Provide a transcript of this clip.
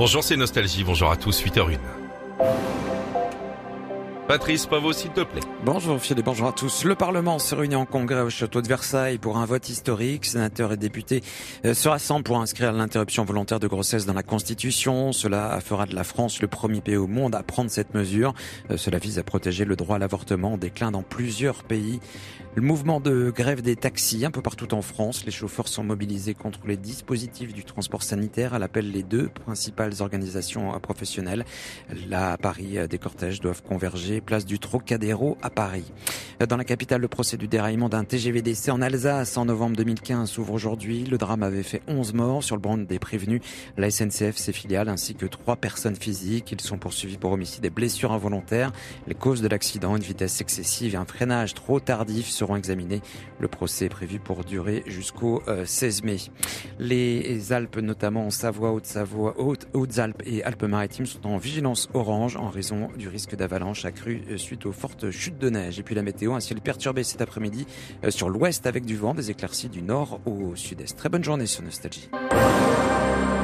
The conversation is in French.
Bonjour, c'est Nostalgie. Bonjour à tous, 8h01. Patrice Pavot, s'il te plaît. Bonjour Phil et bonjour à tous. Le Parlement se réunit en congrès au château de Versailles pour un vote historique. Sénateurs et députés se rassemblent pour inscrire l'interruption volontaire de grossesse dans la Constitution. Cela fera de la France le premier pays au monde à prendre cette mesure. Cela vise à protéger le droit à l'avortement en déclin dans plusieurs pays. Le mouvement de grève des taxis un peu partout en France. Les chauffeurs sont mobilisés contre les dispositifs du transport sanitaire à l'appel les deux principales organisations professionnelles. Là, à Paris, des cortèges doivent converger place du Trocadéro à Paris. Dans la capitale, le procès du déraillement d'un TGV DC en Alsace en novembre 2015 s'ouvre aujourd'hui. Le drame avait fait 11 morts sur le brand des prévenus. La SNCF, ses filiales ainsi que 3 personnes physiques. Ils sont poursuivis pour homicide et blessures involontaires. Les causes de l'accident, une vitesse excessive et un freinage trop tardif seront examinés. Le procès est prévu pour durer jusqu'au 16 mai. Les Alpes, notamment en Savoie, Haute-Savoie, Hautes-Alpes et Alpes-Maritimes sont en vigilance orange en raison du risque d'avalanche accru suite aux fortes chutes de neige. Et puis la météo, un ciel perturbé cet après-midi sur l'ouest avec du vent, des éclaircies du nord au sud-est. Très bonne journée sur Nostalgie.